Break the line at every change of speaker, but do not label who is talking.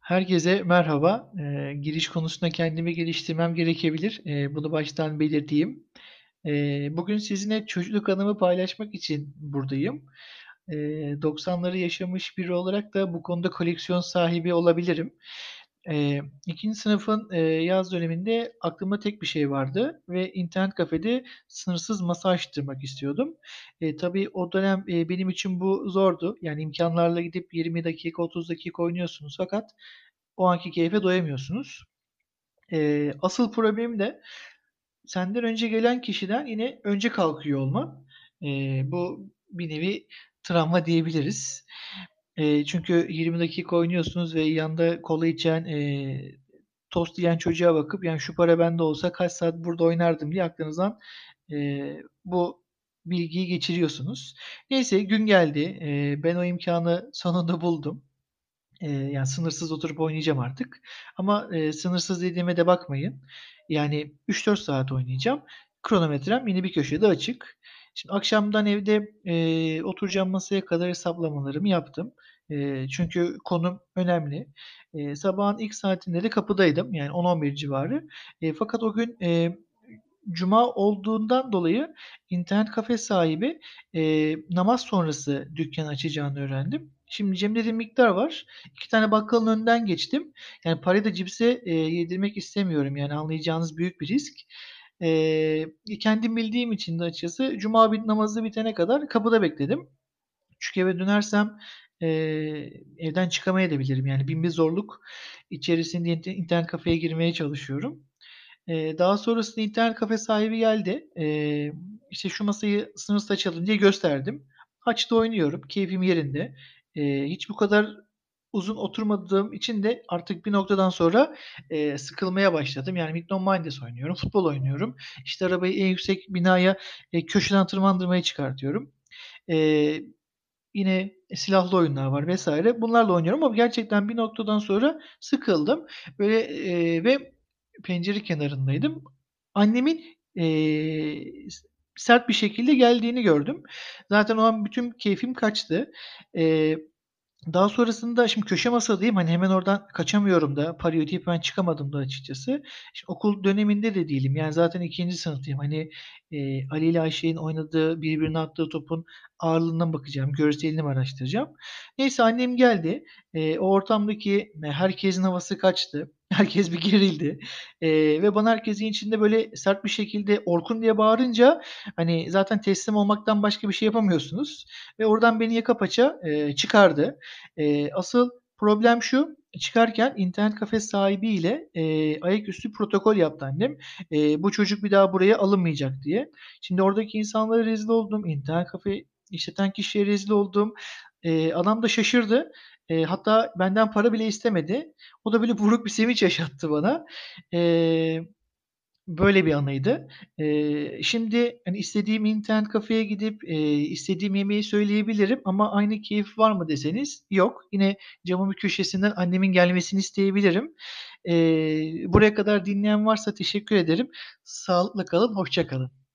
Herkese merhaba. Giriş konusunda kendimi geliştirmem gerekebilir. Bunu baştan belirteyim. Bugün sizinle çocukluk anımı paylaşmak için buradayım. 90'ları yaşamış biri olarak da bu konuda koleksiyon sahibi olabilirim. 2. sınıfın, yaz döneminde aklımda tek bir şey vardı ve internet kafede sınırsız masa açtırmak istiyordum. Tabii o dönem, benim için bu zordu. Yani imkânlarla gidip 20 dakika, 30 dakika oynuyorsunuz fakat o anki keyfe doyamıyorsunuz. Asıl problemim de senden önce gelen kişiden yine önce kalkıyor olman. Bu bir nevi travma diyebiliriz. Çünkü 20 dakika oynuyorsunuz ve yanında kola içen, tost yiyen çocuğa bakıp, yani, "Şu para bende olsa kaç saat burada oynardım." diye aklınızdan, bu bilgiyi geçiriyorsunuz. Neyse gün geldi. Ben o imkânı sonunda buldum. Yani, sınırsız oturup oynayacağım artık ama, sınırsız dediğime de bakmayın. Yani 3-4 saat oynayacağım. Kronometrem yine bir köşede açık. Şimdi akşamdan evde, oturacağım masaya kadar hesaplamalarımı yaptım. Çünkü konum önemli. Sabahın ilk saatinde de kapıdaydım, yani 10-11 civarı. Fakat o gün, cuma olduğundan dolayı internet kafe sahibi, namaz sonrası dükkân açacağını öğrendim. Şimdi cebimde de miktar var. 2 tane bakkalın önünden geçtim. Yani parayı da cipse, yedirmek istemiyorum. Yani anlayacağınız büyük bir risk. Kendim bildiğim için de açıkçası cuma namazı bitene kadar kapıda bekledim. Çünkü eve dönersem, evden çıkamayabilirim. Yani bin bir zorluk içerisinde internet kafeye girmeye çalışıyorum. Daha sonrasında internet kafe sahibi geldi. İşte, "Şu masayı sınırsız açalım." diye gösterdim. Açtı, oynuyorum. Keyfim yerinde. Hiç bu kadar uzun oturmadığım için de artık bir noktadan sonra, sıkılmaya başladım. Yani Midnight Minds oynuyorum, futbol oynuyorum. İşte, arabayı en yüksek binaya, köşeden tırmandırmaya çıkartıyorum. Eee, Yine silahlı oyunlar var vs. Bunlarla oynuyorum ama gerçekten bir noktadan sonra sıkıldım. Böyle, ve pencere kenarındaydım. Annemin, sert bir şekilde geldiğini gördüm. Zaten o an bütün keyfim kaçtı. Eee Daha sonrasında şimdi köşe masadayım, hani, hemen oradan kaçamıyorum da, parayı ödeyip hemen çıkamadım da açıkçası. Şimdi okul döneminde de değilim, yani, zaten 2. sınıftayım. Hani, Ali ile Ayşe'nin oynadığı, birbirine attığı topun ağırlığına bakacağım, görselini mi araştıracağım. Neyse annem geldi. O ortamdaki herkesin havası kaçtı. Herkes bir gerildi, ve bana herkesin içinde böyle sert bir şekilde "Orkun!" diye bağırınca, hani, zaten teslim olmaktan başka bir şey yapamıyorsunuz ve oradan beni yaka paça, çıkardı. Asıl problem şu, çıkarken internet kafe sahibiyle, ayaküstü protokol yaptı annem. Bu çocuk bir daha buraya alınmayacak diye. Şimdi oradaki insanlara rezil oldum, internet kafe işleten kişiye rezil oldum. Adam da şaşırdı. Hatta benden para bile istemedi. O da böyle buruk bir sevinç yaşattı bana. Eee Böyle bir anıydı. Şimdi, hani, istediğim internet kafeye gidip, istediğim yemeği söyleyebilirim ama aynı keyif var mı deseniz yok. Yine camın bir köşesinden annemin gelmesini isteyebilirim. Buraya kadar dinleyen varsa teşekkür ederim. Sağlıkla kalın, hoşça kalın.